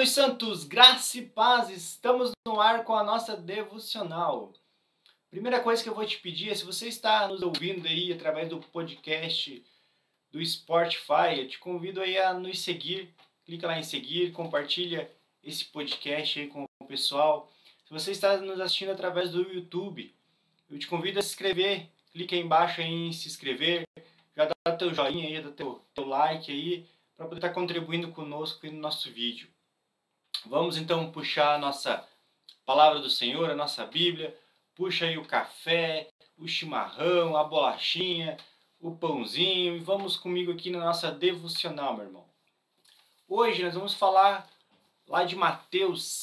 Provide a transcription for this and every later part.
meus santos, graça e paz, estamos no ar com a nossa devocional. Primeira coisa que eu vou te pedir é, se você está nos ouvindo aí através do podcast do Spotify, eu te convido aí a nos seguir, clica lá em seguir, compartilha esse podcast aí com o pessoal. Se você está nos assistindo através do YouTube, eu te convido a se inscrever, clica aí embaixo aí em se inscrever, já dá teu joinha aí, dá teu like aí, para poder estar contribuindo conosco aí no nosso vídeo. Vamos então puxar a nossa palavra do Senhor, a nossa Bíblia. Puxa aí o café, o chimarrão, a bolachinha, o pãozinho e vamos comigo aqui na nossa devocional, meu irmão. Hoje nós vamos falar lá de Mateus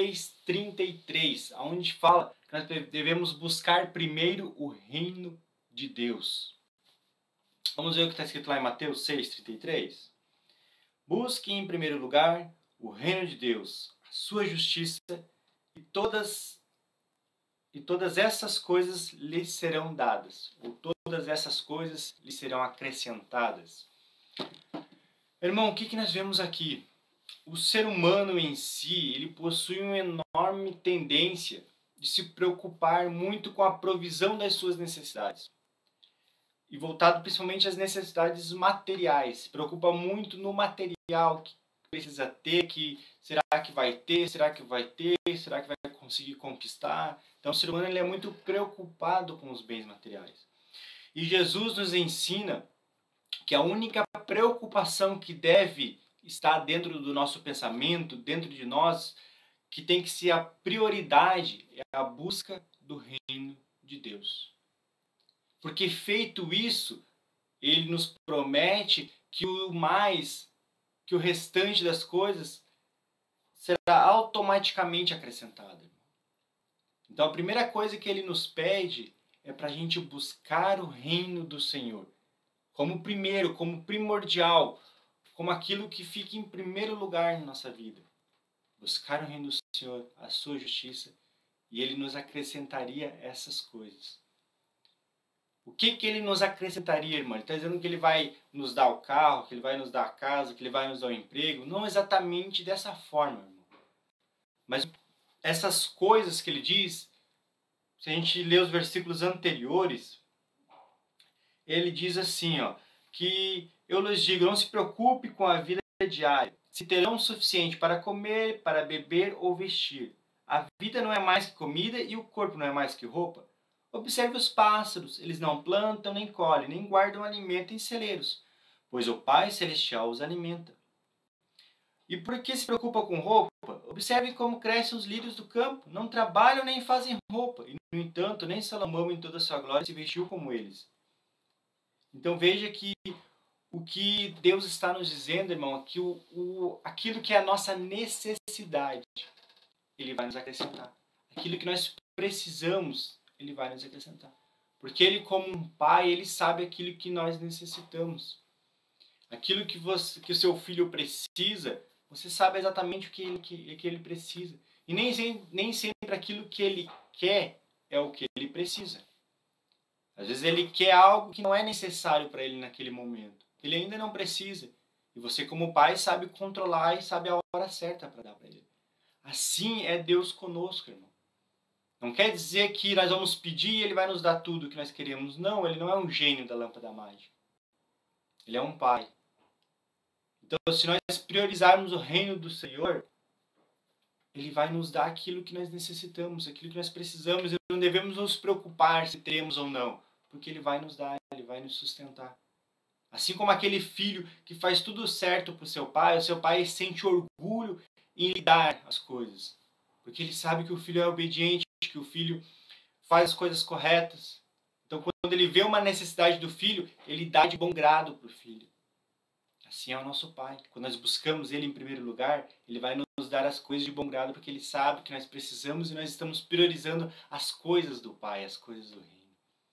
6,33, onde fala que nós devemos buscar primeiro o reino de Deus. Vamos ver o que está escrito lá em Mateus 6,33? Busque em primeiro lugar o reino de Deus, a sua justiça, e todas essas coisas lhe serão dadas, ou todas essas coisas lhe serão acrescentadas. Irmão, o que nós vemos aqui? O ser humano em si, ele possui uma enorme tendência de se preocupar muito com a provisão das suas necessidades. E voltado principalmente às necessidades materiais. Se preocupa muito no material que precisa ter, que será que vai ter, será que vai ter, será que vai conseguir conquistar. Então o ser humano ele é muito preocupado com os bens materiais. E Jesus nos ensina que a única preocupação que deve estar dentro do nosso pensamento, dentro de nós, que tem que ser a prioridade, é a busca do reino de Deus. Porque feito isso, ele nos promete que o restante das coisas será automaticamente acrescentado. Então a primeira coisa que ele nos pede é para a gente buscar o reino do Senhor. Como primeiro, como primordial, como aquilo que fica em primeiro lugar na nossa vida. Buscar o reino do Senhor, a sua justiça, e ele nos acrescentaria essas coisas. O que ele nos acrescentaria, irmão? Ele está dizendo que ele vai nos dar o carro, que ele vai nos dar a casa, que ele vai nos dar o emprego. Não exatamente dessa forma, irmão. Mas essas coisas que ele diz, se a gente ler os versículos anteriores, ele diz assim, que eu lhes digo, não se preocupe com a vida diária, se terão o suficiente para comer, para beber ou vestir. A vida não é mais que comida e o corpo não é mais que roupa. Observe os pássaros, eles não plantam, nem colhem, nem guardam alimento em celeiros, pois o Pai Celestial os alimenta. E por que se preocupa com roupa? Observe como crescem os lírios do campo, não trabalham nem fazem roupa, e no entanto nem Salomão em toda a sua glória se vestiu como eles. Então veja que o que Deus está nos dizendo, irmão, é que aquilo que é a nossa necessidade, Ele vai nos acrescentar. Aquilo que nós precisamos, Ele vai nos acrescentar. Porque Ele, como um pai, Ele sabe aquilo que nós necessitamos. Aquilo que o seu filho precisa, você sabe exatamente o que ele precisa. E nem sempre aquilo que ele quer é o que ele precisa. Às vezes ele quer algo que não é necessário para ele naquele momento. Ele ainda não precisa. E você, como pai, sabe controlar e sabe a hora certa para dar para ele. Assim é Deus conosco, irmão. Não quer dizer que nós vamos pedir e Ele vai nos dar tudo o que nós queremos. Não, Ele não é um gênio da lâmpada mágica. Ele é um Pai. Então, se nós priorizarmos o reino do Senhor, Ele vai nos dar aquilo que nós necessitamos, aquilo que nós precisamos. E não devemos nos preocupar se teremos ou não, porque Ele vai nos dar, Ele vai nos sustentar. Assim como aquele filho que faz tudo certo para o seu pai sente orgulho em lhe dar as coisas. Porque ele sabe que o filho é obediente, que o filho faz as coisas corretas. Então, quando ele vê uma necessidade do filho, ele dá de bom grado para o filho. Assim é o nosso Pai. Quando nós buscamos Ele em primeiro lugar, Ele vai nos dar as coisas de bom grado, porque Ele sabe que nós precisamos e nós estamos priorizando as coisas do Pai, as coisas do Reino.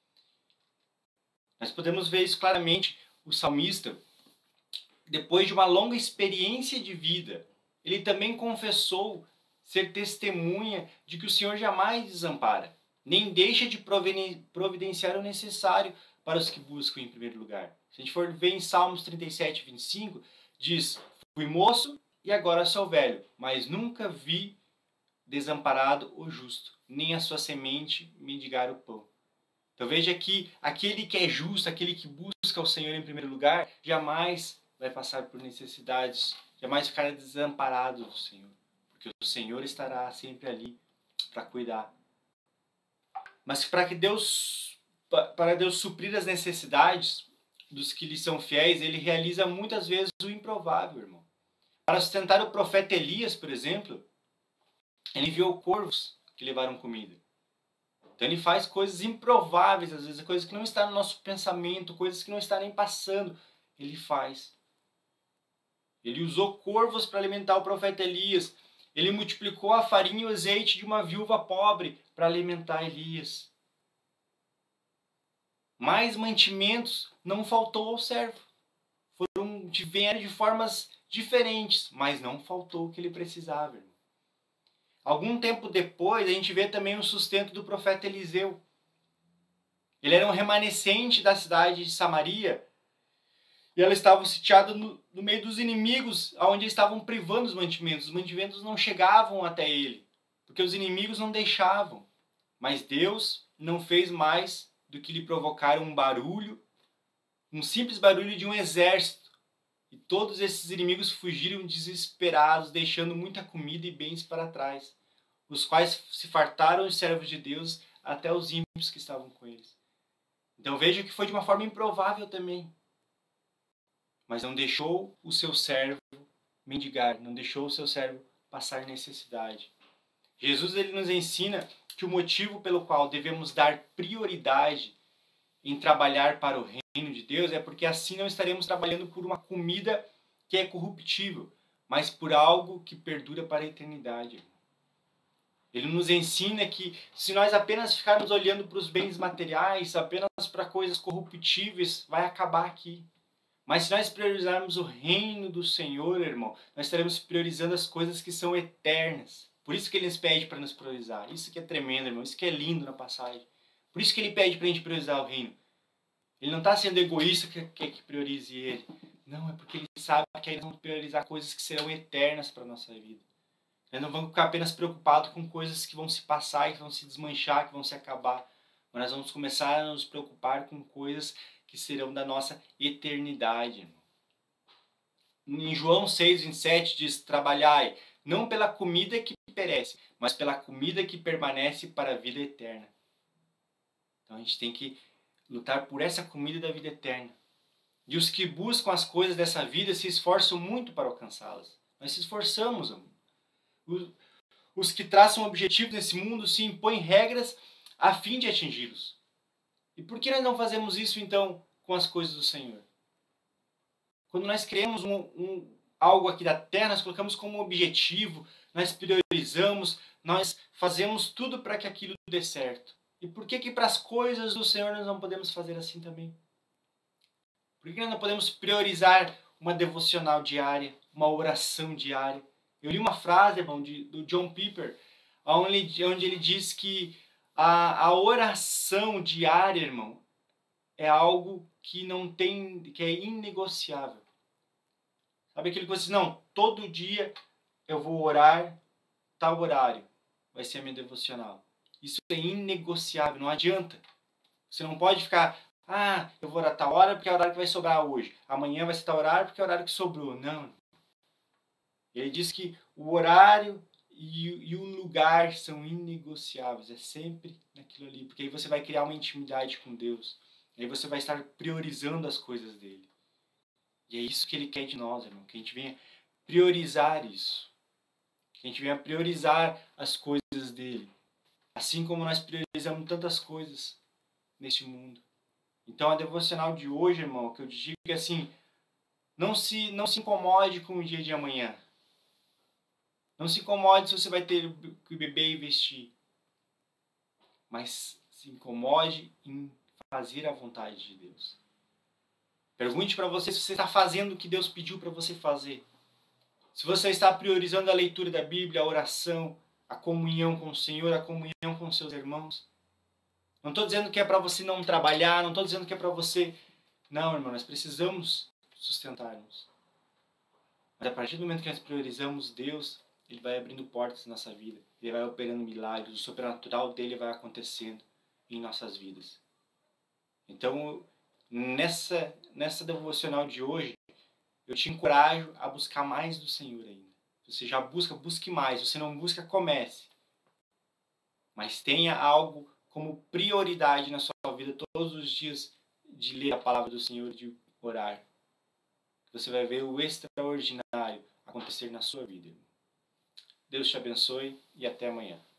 Nós podemos ver isso claramente. O salmista, depois de uma longa experiência de vida, ele também confessou ser testemunha de que o Senhor jamais desampara, nem deixa de providenciar o necessário para os que buscam em primeiro lugar. Se a gente for ver em Salmos 37, 25, diz: fui moço e agora sou velho, mas nunca vi desamparado o justo, nem a sua semente mendigar o pão. Então veja que aquele que é justo, aquele que busca o Senhor em primeiro lugar, jamais vai passar por necessidades, jamais ficará desamparado do Senhor, porque o Senhor estará sempre ali para cuidar. Mas para Deus suprir as necessidades dos que lhe são fiéis, ele realiza muitas vezes o improvável, irmão. Para sustentar o profeta Elias, por exemplo, ele enviou corvos que levaram comida. Então ele faz coisas improváveis, às vezes, coisas que não estão no nosso pensamento, coisas que não estão nem passando. Ele faz. Ele usou corvos para alimentar o profeta Elias. Ele multiplicou a farinha e o azeite de uma viúva pobre para alimentar Elias. Mais mantimentos não faltou ao servo. Vieram de formas diferentes, mas não faltou o que ele precisava, irmão. Algum tempo depois, a gente vê também o sustento do profeta Eliseu. Ele era um remanescente da cidade de Samaria e ela estava sitiada no meio dos inimigos, onde eles estavam privando os mantimentos. Os mantimentos não chegavam até ele, porque os inimigos não deixavam. Mas Deus não fez mais do que lhe provocar um barulho, um simples barulho de um exército. E todos esses inimigos fugiram desesperados, deixando muita comida e bens para trás, os quais se fartaram os servos de Deus, até os ímpios que estavam com eles. Então veja que foi de uma forma improvável também. Mas não deixou o seu servo mendigar, não deixou o seu servo passar necessidade. Jesus ele nos ensina que o motivo pelo qual devemos dar prioridade em trabalhar para o reino de Deus é porque assim não estaremos trabalhando por uma comida que é corruptível, mas por algo que perdura para a eternidade. Ele nos ensina que se nós apenas ficarmos olhando para os bens materiais, apenas para coisas corruptíveis, vai acabar aqui. Mas se nós priorizarmos o reino do Senhor, irmão, nós estaremos priorizando as coisas que são eternas. Por isso que ele nos pede para nos priorizar. Isso que é tremendo, irmão. Isso que é lindo na passagem. Por isso que ele pede para a gente priorizar o reino. Ele não está sendo egoísta que quer que priorize ele. Não, é porque ele sabe que aí nós vamos priorizar coisas que serão eternas para a nossa vida. Nós não vamos ficar apenas preocupados com coisas que vão se passar, que vão se desmanchar, que vão se acabar. Mas nós vamos começar a nos preocupar com coisas que serão da nossa eternidade. Em João 6,27 diz: trabalhai, não pela comida que perece, mas pela comida que permanece para a vida eterna. Então a gente tem que lutar por essa comida da vida eterna. E os que buscam as coisas dessa vida se esforçam muito para alcançá-las. Nós se esforçamos, amor. Os que traçam objetivos nesse mundo se impõem regras a fim de atingi-los. E por que nós não fazemos isso, então, com as coisas do Senhor? Quando nós criamos algo aqui da terra, nós colocamos como objetivo, nós priorizamos, nós fazemos tudo para que aquilo dê certo. E por que para as coisas do Senhor nós não podemos fazer assim também? Por que nós não podemos priorizar uma devocional diária, uma oração diária? Eu li uma frase, irmão, do John Piper, onde ele diz que a oração diária, irmão, é algo que que é inegociável. Sabe aquilo que você diz, não, todo dia eu vou orar tal horário, vai ser a minha devocional. Isso é inegociável, não adianta. Você não pode ficar, eu vou orar tal hora porque é o horário que vai sobrar hoje. Amanhã vai ser tal horário porque é o horário que sobrou. Não. Ele diz que o horário e o lugar são inegociáveis. É sempre naquilo ali. Porque aí você vai criar uma intimidade com Deus. Aí você vai estar priorizando as coisas dele. E é isso que ele quer de nós, irmão. Que a gente venha priorizar isso. Que a gente venha priorizar as coisas dele. Assim como nós priorizamos tantas coisas neste mundo. Então a devocional de hoje, irmão, que eu te digo é assim, não se incomode com o dia de amanhã. Não se incomode se você vai ter que beber e vestir. Mas se incomode em fazer a vontade de Deus. Pergunte para você se você está fazendo o que Deus pediu para você fazer. Se você está priorizando a leitura da Bíblia, a oração, a comunhão com o Senhor, a comunhão com seus irmãos. Não estou dizendo que é para você não trabalhar, não estou dizendo que é para você... Não, irmão, nós precisamos sustentar-nos. Mas a partir do momento que nós priorizamos Deus, Ele vai abrindo portas na nossa vida. Ele vai operando milagres, o sobrenatural dele vai acontecendo em nossas vidas. Então, nessa devocional de hoje, eu te encorajo a buscar mais do Senhor ainda. Se você já busca, busque mais. Se você não busca, comece. Mas tenha algo como prioridade na sua vida todos os dias de ler a palavra do Senhor, de orar. Você vai ver o extraordinário acontecer na sua vida. Deus te abençoe e até amanhã.